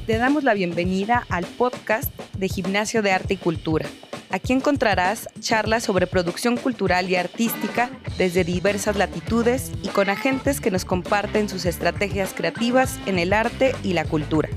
Te damos la bienvenida al podcast de Gimnasio de Arte y Cultura. Aquí encontrarás charlas sobre producción cultural y artística desde diversas latitudes y con agentes que nos comparten sus estrategias creativas en el arte y la cultura.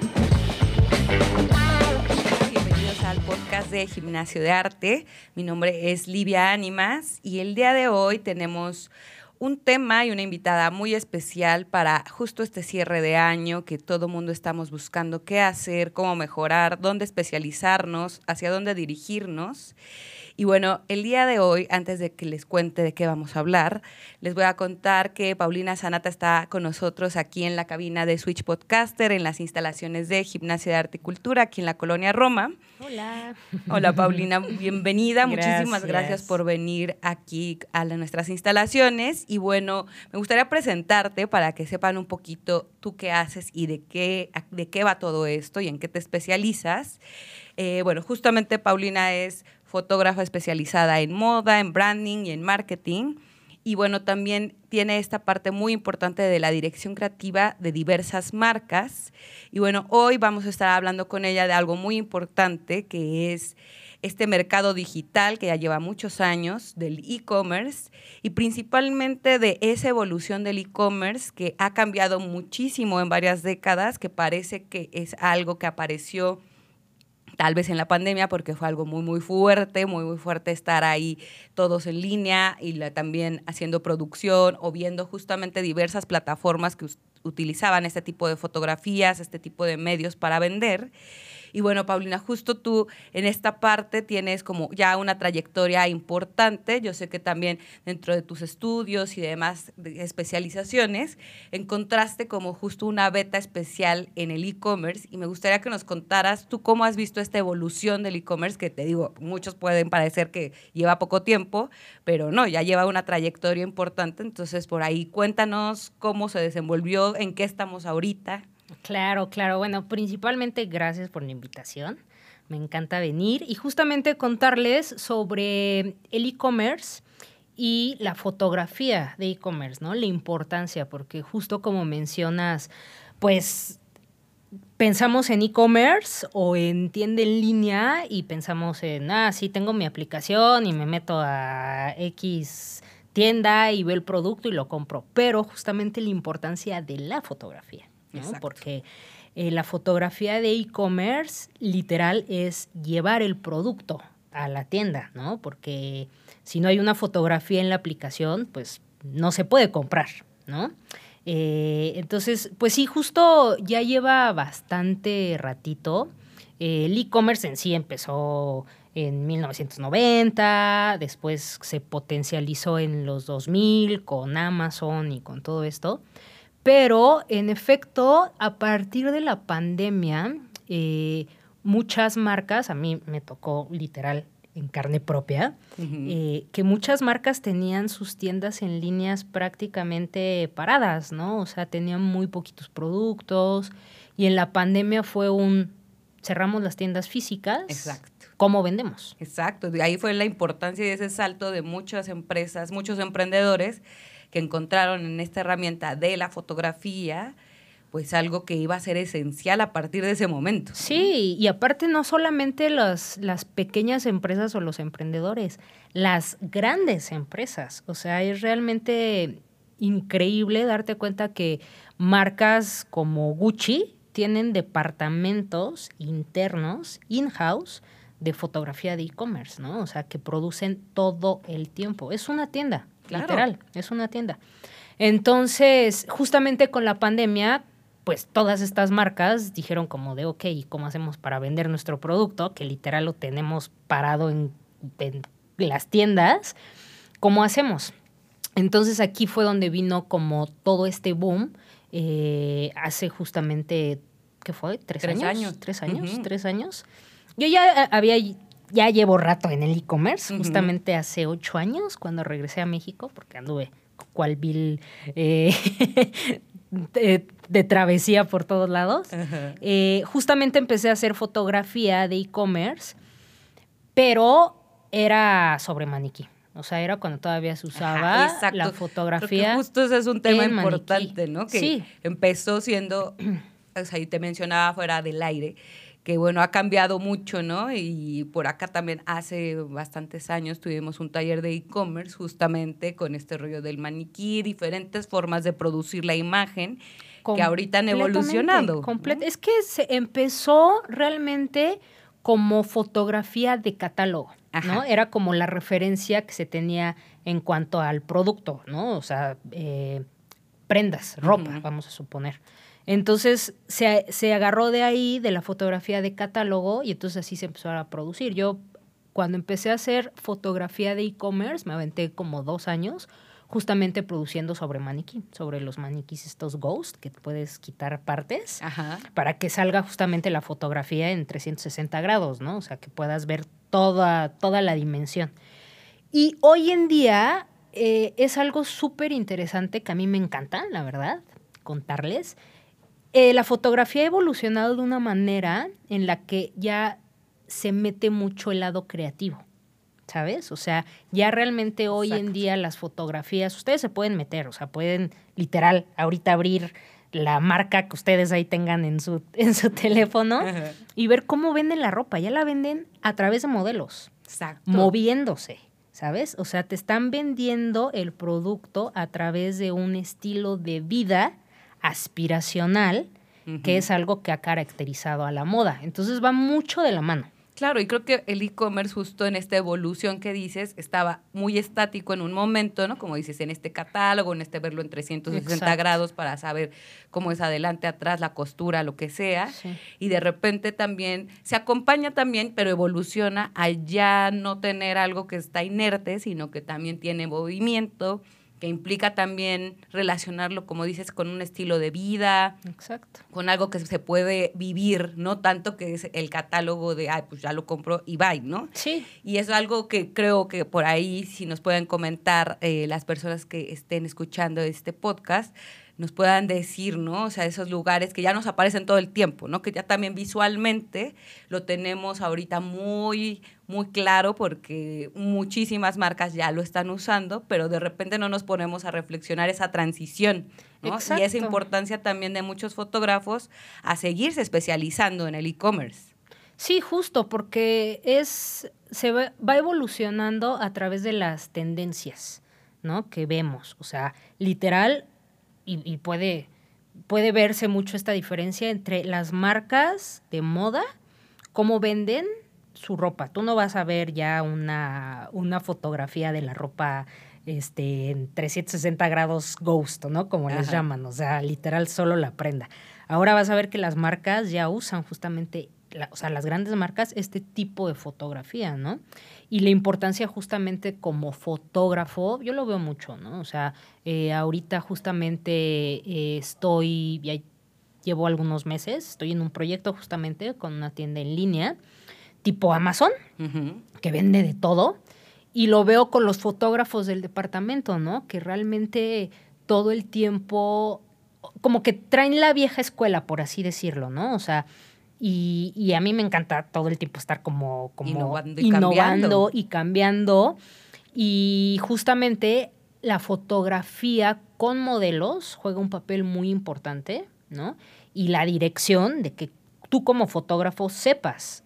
Bienvenidos al podcast de Gimnasio de Arte. Mi nombre es Livia Ánimas y el día de hoy tenemos un tema y una invitada muy especial para justo este cierre de año que todo mundo estamos buscando qué hacer, cómo mejorar, dónde especializarnos, hacia dónde dirigirnos. Y bueno, el día de hoy, antes de que les cuente de qué vamos a hablar, les voy a contar que Paulina Sanata está con nosotros aquí en la cabina de Switch Podcaster, en las instalaciones de Gimnasia de Arte y Cultura, aquí en la Colonia Roma. Hola. Hola, Paulina, bienvenida. Muchísimas gracias por venir aquí a nuestras instalaciones. Y bueno, me gustaría presentarte para que sepan un poquito tú qué haces y de qué va todo esto y en qué te especializas. Bueno, justamente Paulina es fotógrafa especializada en moda, en branding y en marketing. Y bueno, también tiene esta parte muy importante de la dirección creativa de diversas marcas. Y bueno, hoy vamos a estar hablando con ella de algo muy importante, que es este mercado digital que ya lleva muchos años, del e-commerce, y principalmente de esa evolución del e-commerce que ha cambiado muchísimo en varias décadas, que parece que es algo que apareció tal vez en la pandemia, porque fue algo muy fuerte estar ahí todos en línea y también haciendo producción o viendo justamente diversas plataformas que utilizaban este tipo de fotografías, este tipo de medios para vender. Y bueno, Paulina, justo tú en esta parte tienes como ya una trayectoria importante. Yo sé que también dentro de tus estudios y demás especializaciones encontraste como justo una beta especial en el e-commerce y me gustaría que nos contaras tú cómo has visto esta evolución del e-commerce, que te digo, muchos pueden parecer que lleva poco tiempo, pero no, ya lleva una trayectoria importante. Entonces, por ahí cuéntanos cómo se desenvolvió, en qué estamos ahorita. Claro. Bueno, principalmente gracias por la invitación. Me encanta venir y justamente contarles sobre el e-commerce y la fotografía de e-commerce, ¿no? La importancia, porque justo como mencionas, pues pensamos en e-commerce o en tienda en línea y pensamos en, sí, tengo mi aplicación y me meto a X tienda y veo el producto y lo compro. Pero justamente la importancia de la fotografía, ¿no? Exacto. Porque la fotografía de e-commerce literal es llevar el producto a la tienda, ¿no? Porque si no hay una fotografía en la aplicación, pues no se puede comprar, ¿no? Entonces, pues sí, justo ya lleva bastante ratito. El e-commerce en sí empezó en 1990, después se potencializó en los 2000 con Amazon y con todo esto. Pero, en efecto, a partir de la pandemia, muchas marcas, a mí me tocó literal en carne propia, que muchas marcas tenían sus tiendas en líneas prácticamente paradas, ¿no? O sea, tenían muy poquitos productos y en la pandemia fue cerramos las tiendas físicas. Exacto. ¿Cómo vendemos? Exacto. De ahí fue la importancia y ese salto de muchas empresas, muchos emprendedores que encontraron en esta herramienta de la fotografía, pues algo que iba a ser esencial a partir de ese momento. Sí, y aparte no solamente las pequeñas empresas o los emprendedores, las grandes empresas. O sea, es realmente increíble darte cuenta que marcas como Gucci tienen departamentos internos, in-house, de fotografía de e-commerce, ¿no? O sea, que producen todo el tiempo. Es una tienda, claro. Literal, es una tienda. Entonces, justamente con la pandemia, pues todas estas marcas dijeron como de, ok, ¿cómo hacemos para vender nuestro producto? Que literal lo tenemos parado en las tiendas. ¿Cómo hacemos? Entonces aquí fue donde vino como todo este boom. Hace justamente, ¿qué fue? ¿3 años? 3 años, uh-huh. 3 años. Yo ya llevo rato en el e-commerce, uh-huh. Justamente hace 8 años cuando regresé a México, porque anduve cual vil de travesía por todos lados. Uh-huh. Justamente empecé a hacer fotografía de e-commerce, pero era sobre maniquí. O sea, era cuando todavía se usaba la fotografía. Creo que justo ese es un tema importante, ¿no? Que sí. Empezó siendo o sea, y te mencionaba fuera del aire, que bueno, ha cambiado mucho, ¿no? Y por acá también hace bastantes años tuvimos un taller de e-commerce justamente con este rollo del maniquí, diferentes formas de producir la imagen que ahorita han evolucionado. ¿No? Es que se empezó realmente como fotografía de catálogo, ¿no? Ajá. Era como la referencia que se tenía en cuanto al producto, ¿no? O sea, prendas, ropa, vamos a suponer. Entonces se agarró de ahí, de la fotografía de catálogo, y entonces así se empezó a producir. Yo, cuando empecé a hacer fotografía de e-commerce, me aventé como 2 años justamente produciendo sobre maniquí, sobre los maniquís estos Ghost, que puedes quitar partes, para que salga justamente la fotografía en 360 grados, ¿no? O sea, que puedas ver toda la dimensión. Y hoy en día es algo súper interesante que a mí me encanta, la verdad, contarles. La fotografía ha evolucionado de una manera en la que ya se mete mucho el lado creativo, ¿sabes? O sea, ya realmente hoy en día las fotografías, ustedes se pueden meter, o sea, pueden literal ahorita abrir la marca que ustedes ahí tengan en su teléfono y ver cómo venden la ropa. Ya la venden a través de modelos, moviéndose, ¿sabes? O sea, te están vendiendo el producto a través de un estilo de vida aspiracional, que es algo que ha caracterizado a la moda. Entonces va mucho de la mano. Claro, y creo que el e-commerce justo en esta evolución que dices estaba muy estático en un momento, ¿no? Como dices, en este catálogo, en este verlo en 360 grados para saber cómo es adelante, atrás, la costura, lo que sea. Sí. Y de repente también se acompaña también, pero evoluciona a ya no tener algo que está inerte, sino que también tiene movimiento, que implica también relacionarlo, como dices, con un estilo de vida. Exacto. Con algo que se puede vivir, no tanto que es el catálogo de, pues ya lo compro y bye, ¿no? Sí. Y es algo que creo que por ahí, si nos pueden comentar las personas que estén escuchando este podcast, nos puedan decir, ¿no? O sea, esos lugares que ya nos aparecen todo el tiempo, ¿no? Que ya también visualmente lo tenemos ahorita muy, muy claro porque muchísimas marcas ya lo están usando, pero de repente no nos ponemos a reflexionar esa transición, ¿no? Y esa importancia también de muchos fotógrafos a seguirse especializando en el e-commerce. Sí, justo, porque va evolucionando a través de las tendencias, ¿no? Que vemos. O sea, literal, y puede verse mucho esta diferencia entre las marcas de moda, cómo venden su ropa. Tú no vas a ver ya una fotografía de la ropa en 360 grados ghost, ¿no? Como les llaman, o sea, literal solo la prenda. Ahora vas a ver que las marcas ya usan justamente, o sea, las grandes marcas, este tipo de fotografía, ¿no? Y la importancia justamente como fotógrafo, yo lo veo mucho, ¿no? O sea, ahorita justamente ya llevo algunos meses, estoy en un proyecto justamente con una tienda en línea, tipo Amazon, que vende de todo, y lo veo con los fotógrafos del departamento, ¿no? Que realmente todo el tiempo, como que traen la vieja escuela, por así decirlo, ¿no? O sea, y a mí me encanta todo el tiempo estar como innovando y cambiando. Y justamente la fotografía con modelos juega un papel muy importante, ¿no? Y la dirección de que tú como fotógrafo sepas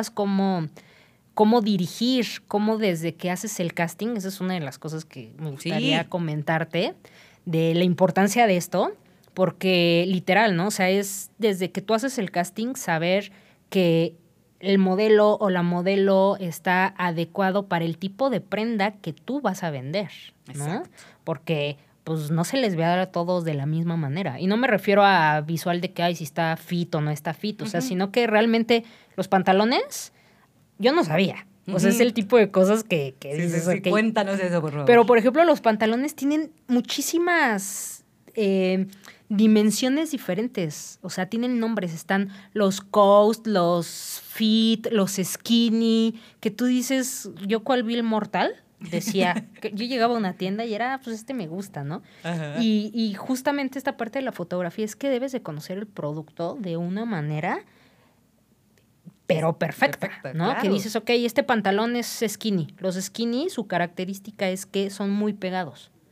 cómo dirigir, cómo desde que haces el casting, esa es una de las cosas que me gustaría comentarte, de la importancia de esto, porque literal, ¿no? O sea, es desde que tú haces el casting saber que el modelo o la modelo está adecuado para el tipo de prenda que tú vas a vender, ¿no? Exacto. Porque pues no se les ve a todos de la misma manera. Y no me refiero a visual de que, si está fit o no está fit, o sea, sino que realmente los pantalones, yo no sabía. O sea, es el tipo de cosas que dices. Sí, cuéntanos eso, por favor. Pero, por ejemplo, los pantalones tienen muchísimas dimensiones diferentes. O sea, tienen nombres. Están los coast, los fit, los skinny, que tú dices, yo cual vil mortal, decía, que yo llegaba a una tienda y era, pues me gusta, ¿no? Y justamente esta parte de la fotografía es que debes de conocer el producto de una manera pero perfecta, ¿no? Claro. Que dices, ok, este pantalón es skinny. Los skinny, su característica es que son muy pegados.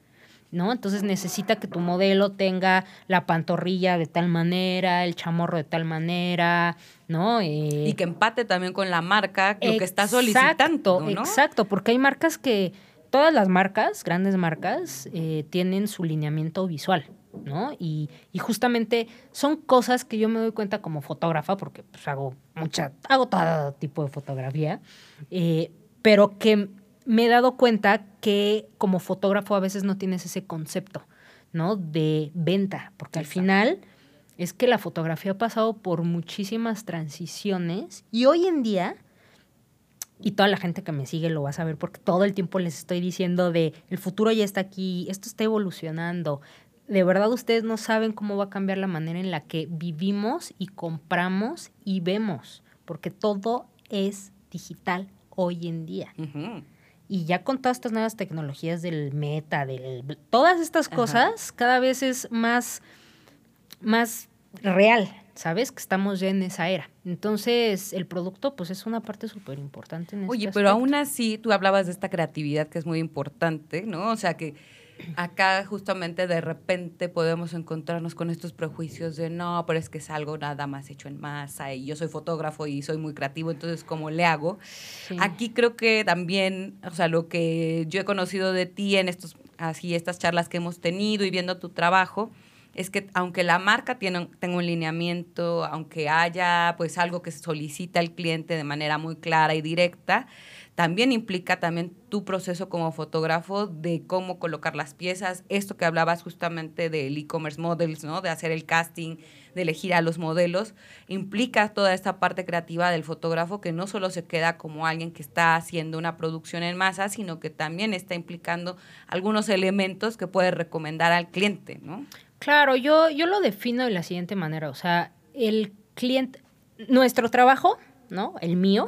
¿no? Entonces necesita que tu modelo tenga la pantorrilla de tal manera, el chamorro de tal manera, ¿no? Y que empate también con la marca, lo que está solicitando, ¿no? Exacto, porque hay marcas que, todas las marcas, grandes marcas, tienen su lineamiento visual, ¿no? Y justamente son cosas que yo me doy cuenta como fotógrafa, porque pues hago todo tipo de fotografía, pero que me he dado cuenta que como fotógrafo a veces no tienes ese concepto, ¿no? De venta, porque al final es que la fotografía ha pasado por muchísimas transiciones y hoy en día, y toda la gente que me sigue lo va a saber porque todo el tiempo les estoy diciendo de el futuro ya está aquí, esto está evolucionando. De verdad ustedes no saben cómo va a cambiar la manera en la que vivimos y compramos y vemos, porque todo es digital hoy en día. Uh-huh. Y ya con todas estas nuevas tecnologías del meta, todas estas cosas, cada vez es más real, ¿sabes? Que estamos ya en esa era. Entonces, el producto, pues, es una parte súper importante en este aspecto. Pero aún así, tú hablabas de esta creatividad que es muy importante, ¿no? O sea, que acá justamente de repente podemos encontrarnos con estos prejuicios de no, pero es que es algo nada más hecho en masa y yo soy fotógrafo y soy muy creativo, entonces ¿cómo le hago? Sí. Aquí creo que también, o sea, lo que yo he conocido de ti en estas charlas que hemos tenido y viendo tu trabajo, es que aunque la marca tenga un lineamiento, aunque haya pues algo que solicita el cliente de manera muy clara y directa, también implica también tu proceso como fotógrafo de cómo colocar las piezas, esto que hablabas justamente del e-commerce models, ¿no? De hacer el casting, de elegir a los modelos, implica toda esta parte creativa del fotógrafo que no solo se queda como alguien que está haciendo una producción en masa, sino que también está implicando algunos elementos que puede recomendar al cliente, ¿no? Claro, yo lo defino de la siguiente manera, o sea, el cliente, nuestro trabajo, ¿no? El mío,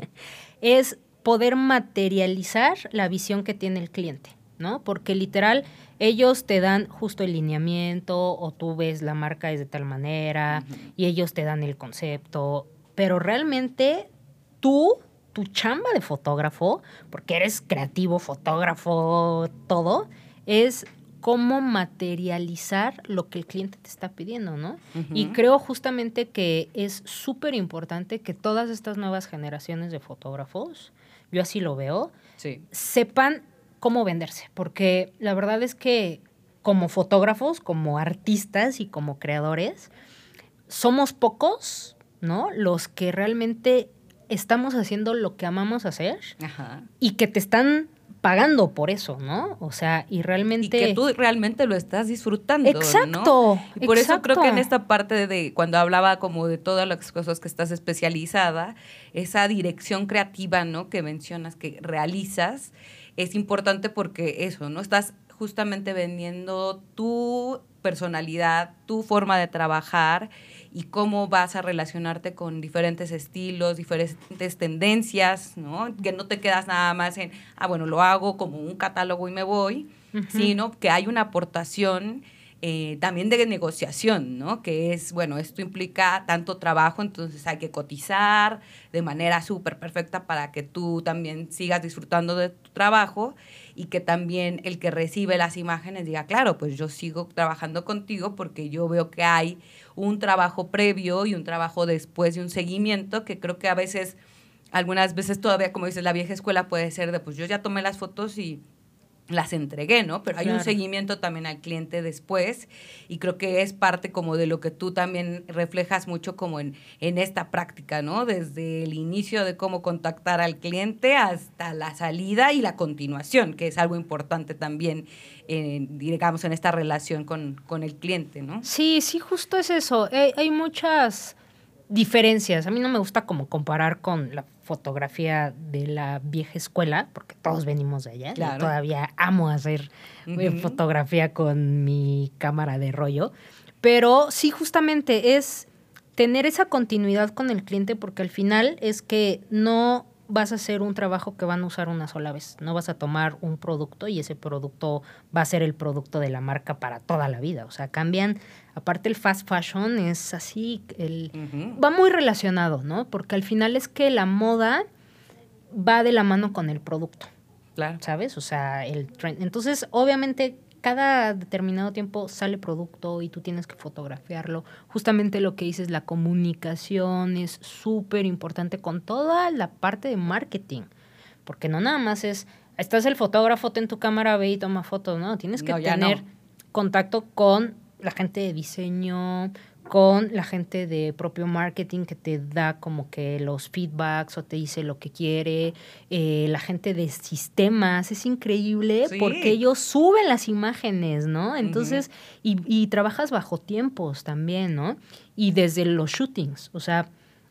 es poder materializar la visión que tiene el cliente, ¿no? Porque literal, ellos te dan justo el lineamiento o tú ves la marca es de tal manera y ellos te dan el concepto, pero realmente tu chamba de fotógrafo, porque eres creativo, fotógrafo, todo, es cómo materializar lo que el cliente te está pidiendo, ¿no? Uh-huh. Y creo justamente que es súper importante que todas estas nuevas generaciones de fotógrafos, yo así lo veo, sí, sepan cómo venderse, porque la verdad es que como fotógrafos, como artistas y como creadores, somos pocos, ¿no? Los que realmente estamos haciendo lo que amamos hacer. Ajá. Y que te están pagando por eso, ¿no? O sea, y realmente... Y que tú realmente lo estás disfrutando, exacto, ¿no? Y por eso creo que en esta parte de cuando hablaba como de todas las cosas que estás especializada, esa dirección creativa, ¿no? Que mencionas, que realizas, es importante porque eso, ¿no? Estás justamente vendiendo tu personalidad, tu forma de trabajar y cómo vas a relacionarte con diferentes estilos, diferentes tendencias, ¿no? Que no te quedas nada más en, bueno, lo hago como un catálogo y me voy, uh-huh, sino que hay una aportación también de negociación, ¿no? Que es, bueno, esto implica tanto trabajo, entonces hay que cotizar de manera súper perfecta para que tú también sigas disfrutando de tu trabajo y que también el que recibe las imágenes diga, claro, pues yo sigo trabajando contigo porque yo veo que hay un trabajo previo y un trabajo después y un seguimiento que creo que a veces, algunas veces todavía, como dices, la vieja escuela puede ser de, pues yo ya tomé las fotos y las entregué, ¿no? Pero hay un seguimiento también al cliente después y creo que es parte como de lo que tú también reflejas mucho como en esta práctica, ¿no? Desde el inicio de cómo contactar al cliente hasta la salida y la continuación, que es algo importante también, digamos, en esta relación con el cliente, ¿no? Sí, justo es eso. Hay muchas diferencias. A mí no me gusta como comparar con la fotografía de la vieja escuela, porque todos venimos de allá. Claro. Yo todavía amo hacer fotografía con mi cámara de rollo. Pero sí, justamente es tener esa continuidad con el cliente, porque al final es que no vas a hacer un trabajo que van a usar una sola vez. No vas a tomar un producto y ese producto va a ser el producto de la marca para toda la vida. O sea, cambian. Aparte el fast fashion es así, va muy relacionado, ¿no? Porque al final es que la moda va de la mano con el producto. Claro. ¿Sabes? O sea, el trend. Entonces, obviamente, cada determinado tiempo sale producto y tú tienes que fotografiarlo. Justamente lo que dices, la comunicación es súper importante con toda la parte de marketing. Porque no nada más estás el fotógrafo, ten tu cámara, ve y toma fotos, ¿no? Tienes que tener contacto con la gente de diseño, con la gente de propio marketing que te da como que los feedbacks o te dice lo que quiere, la gente de sistemas, es increíble porque ellos suben las imágenes, ¿no? Entonces, y trabajas bajo tiempos también, ¿no? Y desde los shootings, o sea,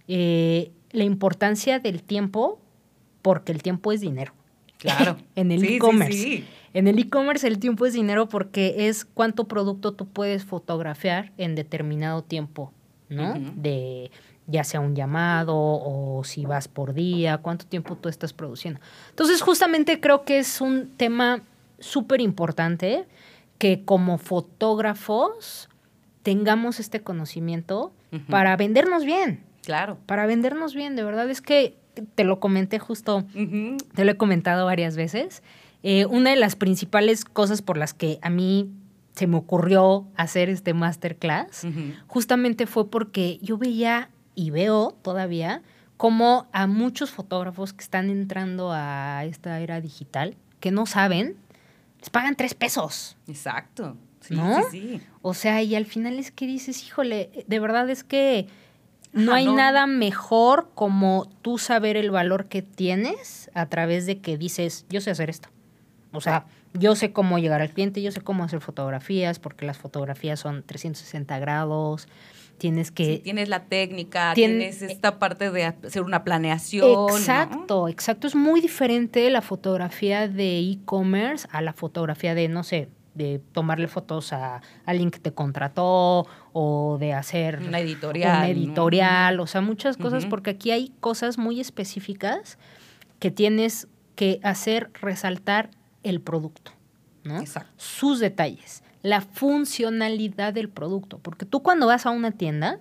la importancia del tiempo, porque el tiempo es dinero. Claro. En el e-commerce. En el e-commerce el tiempo es dinero porque es cuánto producto tú puedes fotografiar en determinado tiempo, ¿no? De ya sea un llamado o si vas por día, cuánto tiempo tú estás produciendo. Entonces, justamente creo que es un tema súper importante que como fotógrafos tengamos este conocimiento para vendernos bien. Claro. Para vendernos bien, de verdad es que te lo comenté justo, te lo he comentado varias veces. Una de las principales cosas por las que a mí se me ocurrió hacer este masterclass justamente fue porque yo veía y veo todavía como a muchos fotógrafos que están entrando a esta era digital, que no saben, les pagan 3 pesos. Exacto. Sí, ¿no? Sí. O sea, y al final es que dices, híjole, de verdad es que no hay nada mejor como tú saber el valor que tienes a través de que dices, yo sé hacer esto. O sea, yo sé cómo llegar al cliente, yo sé cómo hacer fotografías, porque las fotografías son 360 grados. Tienes que... Sí, tienes la técnica, tienes esta parte de hacer una planeación. Exacto, ¿no? Exacto. Es muy diferente la fotografía de e-commerce a la fotografía de, no sé, de tomarle fotos a alguien que te contrató o de hacer una editorial, ¿no? O sea, muchas cosas, porque aquí hay cosas muy específicas que tienes que hacer resaltar el producto, ¿no? Exacto. Sus detalles, la funcionalidad del producto, porque tú cuando vas a una tienda,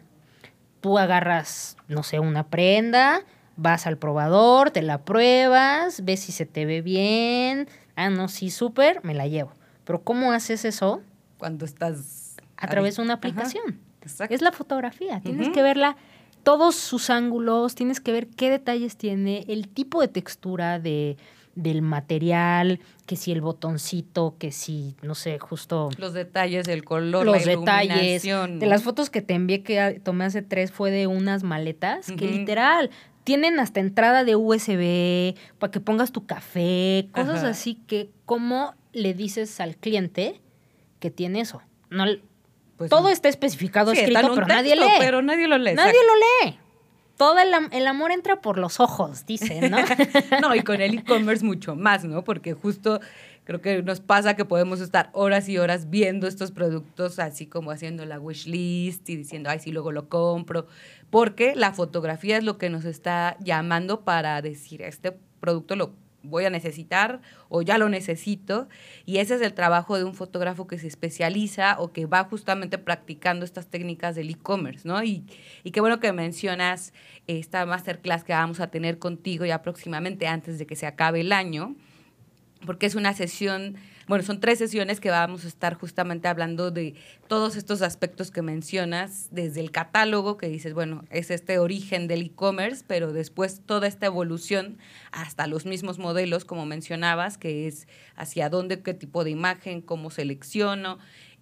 tú agarras, no sé, una prenda, vas al probador, te la pruebas, ves si se te ve bien, no, sí, súper, me la llevo. Pero ¿cómo haces eso? Cuando estás... A través de una aplicación. Exacto. Es la fotografía. Tienes que verla, todos sus ángulos, tienes que ver qué detalles tiene, el tipo de textura del material, que si el botoncito, que si, no sé, justo... Los detalles, el color, los la detalles. iluminación. De las fotos que te envié, que tomé hace 3, fue de unas maletas que literal... Tienen hasta entrada de USB para que pongas tu café, cosas así que ¿cómo le dices al cliente que tiene eso? No, pues todo está especificado, escrito, pero texto, nadie lee. Pero nadie lo lee. Nadie lo lee. Todo el amor entra por los ojos, dicen, ¿no? No, y con el e-commerce mucho más, ¿no? Porque justo creo que nos pasa que podemos estar horas y horas viendo estos productos, así como haciendo la wish list y diciendo, ay, sí, luego lo compro. Porque la fotografía es lo que nos está llamando para decir, este producto lo voy a necesitar o ya lo necesito. Y ese es el trabajo de un fotógrafo que se especializa o que va justamente practicando estas técnicas del e-commerce, ¿no? Y qué bueno que mencionas esta masterclass que vamos a tener contigo ya próximamente antes de que se acabe el año, porque es una sesión, bueno, son 3 sesiones que vamos a estar justamente hablando de todos estos aspectos que mencionas, desde el catálogo, que dices, bueno, es este origen del e-commerce, pero después toda esta evolución hasta los mismos modelos, como mencionabas, que es hacia dónde, qué tipo de imagen, cómo selecciono.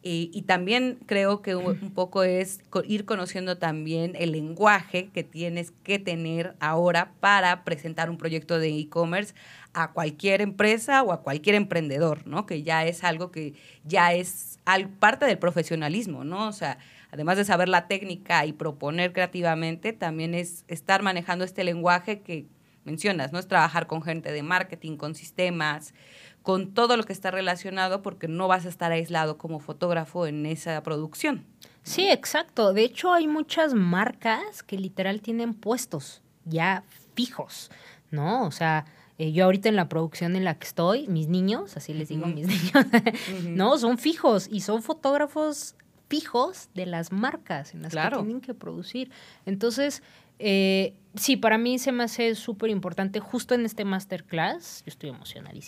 Y también creo que un poco es ir conociendo también el lenguaje que tienes que tener ahora para presentar un proyecto de e-commerce a cualquier empresa o a cualquier emprendedor, ¿no? Que ya es algo que ya es parte del profesionalismo, ¿no? O sea, además de saber la técnica y proponer creativamente, también es estar manejando este lenguaje que mencionas, ¿no? Es trabajar con gente de marketing, con sistemas, con todo lo que está relacionado, porque no vas a estar aislado como fotógrafo en esa producción. Sí, exacto. De hecho, hay muchas marcas que literal tienen puestos ya fijos, ¿no? O sea, yo ahorita en la producción en la que estoy, mis niños, así les digo mis niños, ¿no? Son fijos y son fotógrafos fijos de las marcas en las que tienen que producir. Entonces, sí, para mí se me hace súper importante justo en este masterclass. Yo estoy emocionadísima.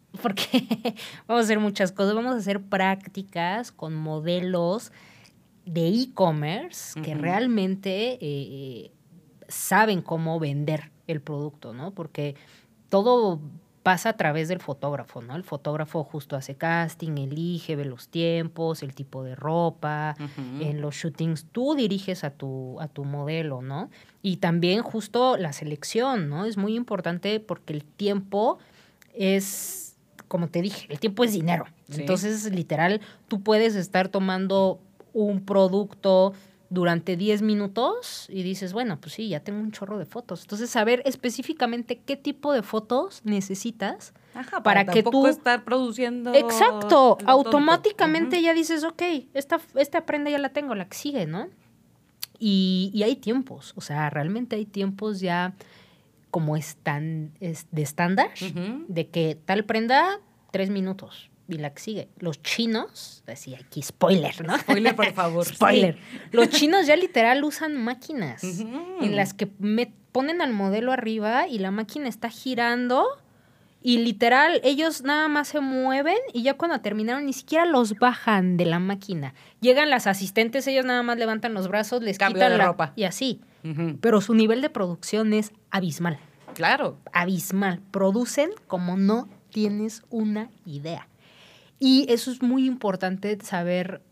porque vamos a hacer muchas cosas. Vamos a hacer prácticas con modelos de e-commerce que realmente saben cómo vender el producto, ¿no? Porque todo pasa a través del fotógrafo, ¿no? El fotógrafo justo hace casting, elige, ve los tiempos, el tipo de ropa. En los shootings tú diriges a tu modelo, ¿no? Y también justo la selección, ¿no? Es muy importante porque el tiempo es, como te dije, el tiempo es dinero. Sí. Entonces, literal, tú puedes estar tomando un producto durante 10 minutos y dices, bueno, pues sí, ya tengo un chorro de fotos. Entonces, saber específicamente qué tipo de fotos necesitas para que tú estar produciendo. Exacto, automáticamente ya dices, ok, esta prenda ya la tengo, la que sigue, ¿no? Y hay tiempos, o sea, realmente hay tiempos ya como de estándar, de que tal prenda, 3 minutos. Y la que sigue. Los chinos, decía aquí, spoiler, ¿no? Spoiler, por favor. Spoiler. Sí. Los chinos ya literal usan máquinas en las que ponen al modelo arriba y la máquina está girando y literal ellos nada más se mueven y ya cuando terminaron ni siquiera los bajan de la máquina. Llegan las asistentes, ellos nada más levantan los brazos, les quitan la ropa. Y así. Pero su nivel de producción es abismal. Claro. Abismal. Producen como no tienes una idea. Y eso es muy importante saber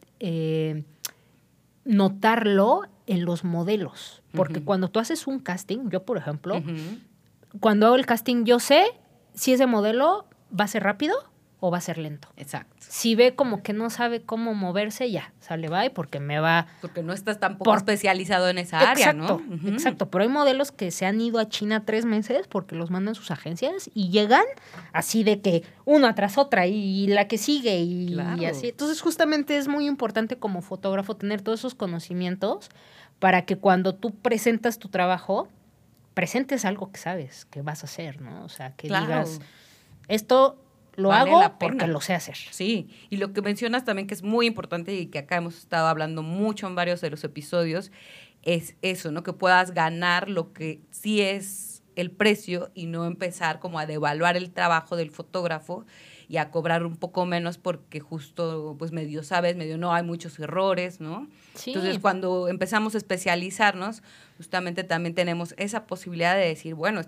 notarlo en los modelos. Porque cuando tú haces un casting, yo por ejemplo, cuando hago el casting yo sé si ese modelo va a ser rápido o va a ser lento. Exacto. Si ve como que no sabe cómo moverse, ya, sale, bye, porque me va... Porque no estás tampoco especializado en esa área, ¿no? Exacto, pero hay modelos que se han ido a China 3 meses porque los mandan sus agencias y llegan así de que una tras otra y la que sigue y así. Entonces, justamente es muy importante como fotógrafo tener todos esos conocimientos para que cuando tú presentas tu trabajo, presentes algo que sabes que vas a hacer, ¿no? O sea, que digas, esto... Lo hago porque lo sé hacer. Sí, y lo que mencionas también que es muy importante y que acá hemos estado hablando mucho en varios de los episodios, es eso, ¿no? Que puedas ganar lo que sí es el precio y no empezar como a devaluar el trabajo del fotógrafo y a cobrar un poco menos porque justo, pues medio sabes, medio no, hay muchos errores, ¿no? Sí. Entonces, cuando empezamos a especializarnos, justamente también tenemos esa posibilidad de decir, bueno,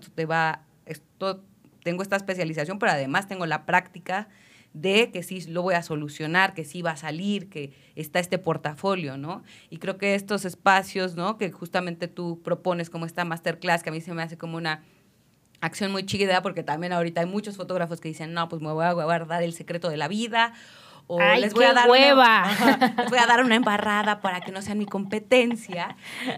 tengo esta especialización, pero además tengo la práctica de que sí lo voy a solucionar, que sí va a salir, que está este portafolio, ¿no? Y creo que estos espacios, ¿no? Que justamente tú propones como esta masterclass, que a mí se me hace como una acción muy chida, porque también ahorita hay muchos fotógrafos que dicen, no, pues me voy a guardar el secreto de la vida, o ¡ay, les voy a dar hueva! Les voy a dar una embarrada para que no sean mi competencia.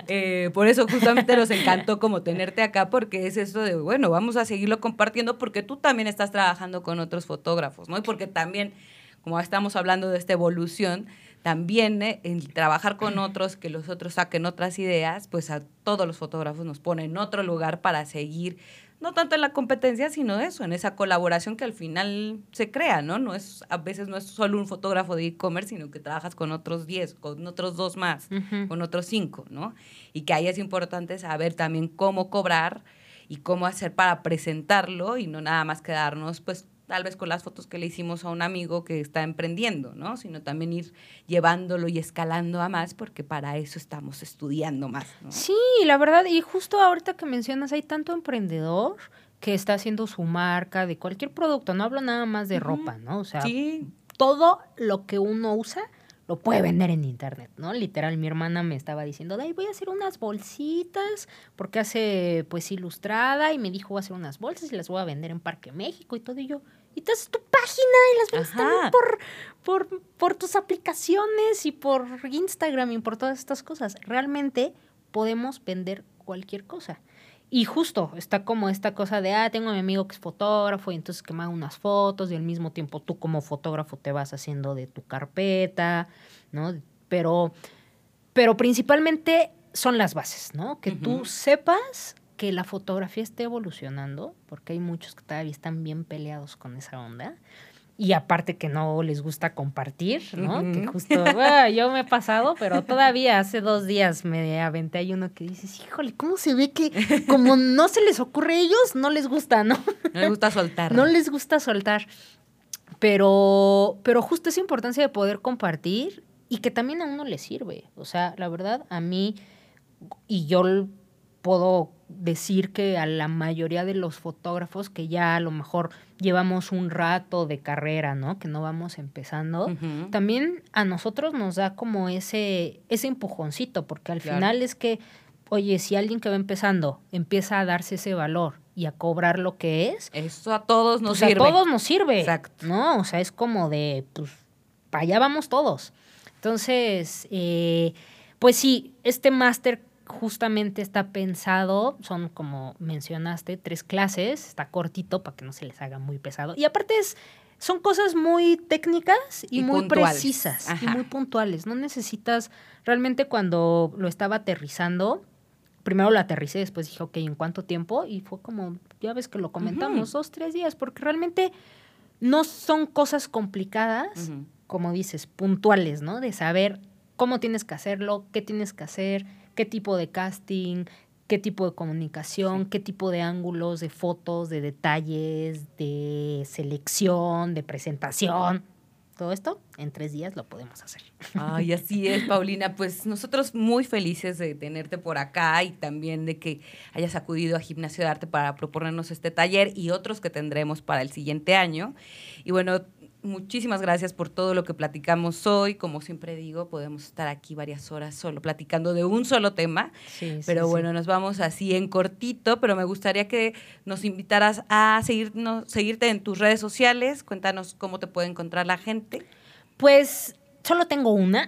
Por eso justamente nos encantó como tenerte acá, porque es eso de, bueno, vamos a seguirlo compartiendo porque tú también estás trabajando con otros fotógrafos, ¿no? Y porque también, como estamos hablando de esta evolución, también el trabajar con otros, que los otros saquen otras ideas, pues a todos los fotógrafos nos pone en otro lugar para seguir, no tanto en la competencia, sino eso, en esa colaboración que al final se crea, ¿no? A veces no es solo un fotógrafo de e-commerce, sino que trabajas con otros 10, con otros 2 más, con otros 5, ¿no? Y que ahí es importante saber también cómo cobrar y cómo hacer para presentarlo y no nada más quedarnos, pues, tal vez con las fotos que le hicimos a un amigo que está emprendiendo, ¿no? Sino también ir llevándolo y escalando a más, porque para eso estamos estudiando más, ¿no? Sí, la verdad, y justo ahorita que mencionas, hay tanto emprendedor que está haciendo su marca de cualquier producto, no hablo nada más de ropa, ¿no? O sea, todo lo que uno usa lo puede vender en internet, ¿no? Literal, mi hermana me estaba diciendo, ay, voy a hacer unas bolsitas, porque hace, pues, ilustrada, y me dijo, voy a hacer unas bolsas y las voy a vender en Parque México y todo, y yo, y te haces tu página y las vendes también por tus aplicaciones y por Instagram y por todas estas cosas. Realmente podemos vender cualquier cosa. Y justo está como esta cosa de, tengo a mi amigo que es fotógrafo y entonces que me haga unas fotos y al mismo tiempo tú como fotógrafo te vas haciendo de tu carpeta, ¿no? Pero principalmente son las bases, ¿no? Que tú sepas que la fotografía esté evolucionando, porque hay muchos que todavía están bien peleados con esa onda. Y aparte que no les gusta compartir, ¿no? Que justo, yo me he pasado, pero todavía hace 2 días me aventé ahí uno que dices, híjole, ¿cómo se ve que como no se les ocurre a ellos, no les gusta, ¿no? No les gusta soltar. No les gusta soltar. Pero justo esa importancia de poder compartir y que también a uno le sirve. O sea, la verdad, a mí, y yo puedo decir que a la mayoría de los fotógrafos que ya a lo mejor llevamos un rato de carrera, ¿no? Que no vamos empezando, también a nosotros nos da como ese empujoncito, porque al final es que, oye, si alguien que va empezando empieza a darse ese valor y a cobrar lo que es, eso a todos nos pues sirve. A todos nos sirve. Exacto. ¿No? O sea, es como de, pues, para allá vamos todos. Entonces, pues sí, este máster justamente está pensado, son como mencionaste, 3 clases, está cortito para que no se les haga muy pesado. Y aparte son cosas muy técnicas y muy puntuales. Precisas. Ajá. Y muy puntuales. No necesitas, realmente cuando lo estaba aterrizando, primero lo aterricé, después dije, ok, ¿en cuánto tiempo? Y fue como, ya ves que lo comentamos, 2, 3 días, porque realmente no son cosas complicadas, como dices, puntuales, ¿no? De saber cómo tienes que hacerlo, qué tienes que hacer, qué tipo de casting, qué tipo de comunicación, qué tipo de ángulos, de fotos, de detalles, de selección, de presentación. Todo esto en 3 días lo podemos hacer. Ay, así es, Paulina. Pues nosotros muy felices de tenerte por acá y también de que hayas acudido a Gimnasio de Arte para proponernos este taller y otros que tendremos para el siguiente año. Y bueno, muchísimas gracias por todo lo que platicamos hoy. Como siempre digo, podemos estar aquí varias horas solo platicando de un solo tema. Pero bueno, nos vamos así en cortito, pero me gustaría que nos invitaras a seguirte en tus redes sociales. Cuéntanos cómo te puede encontrar la gente. Pues solo tengo una.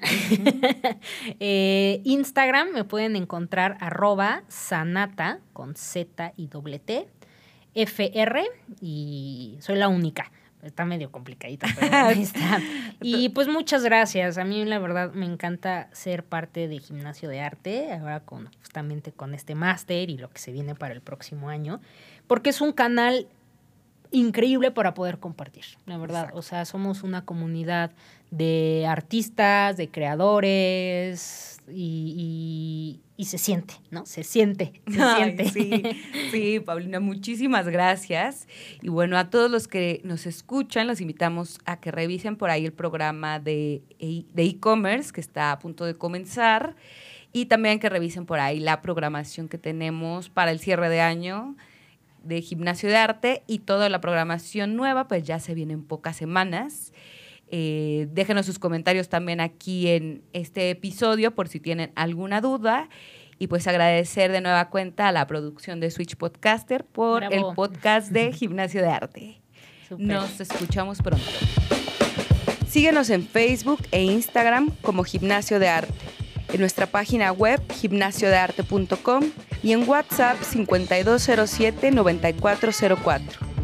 Instagram me pueden encontrar @sanata con Z y T FR y soy la única. Está medio complicadita, pero ahí está. Y pues muchas gracias. A mí la verdad me encanta ser parte de Gimnasio de Arte, ahora justamente con este máster y lo que se viene para el próximo año, porque es un canal increíble para poder compartir, la verdad. Exacto. O sea, somos una comunidad de artistas, de creadores y se siente, ¿no? Se siente. Sí, Paulina, muchísimas gracias. Y bueno, a todos los que nos escuchan, los invitamos a que revisen por ahí el programa de e-commerce que está a punto de comenzar y también que revisen por ahí la programación que tenemos para el cierre de año de Gimnasio de Arte y toda la programación nueva, pues ya se viene en pocas semanas. Déjenos sus comentarios también aquí en este episodio por si tienen alguna duda y pues agradecer de nueva cuenta a la producción de Switch Podcaster por el podcast de Gimnasio de Arte. Super. Nos escuchamos pronto. Síguenos en Facebook e Instagram como Gimnasio de Arte, en nuestra página web gimnasiodearte.com y en WhatsApp 5207-9404.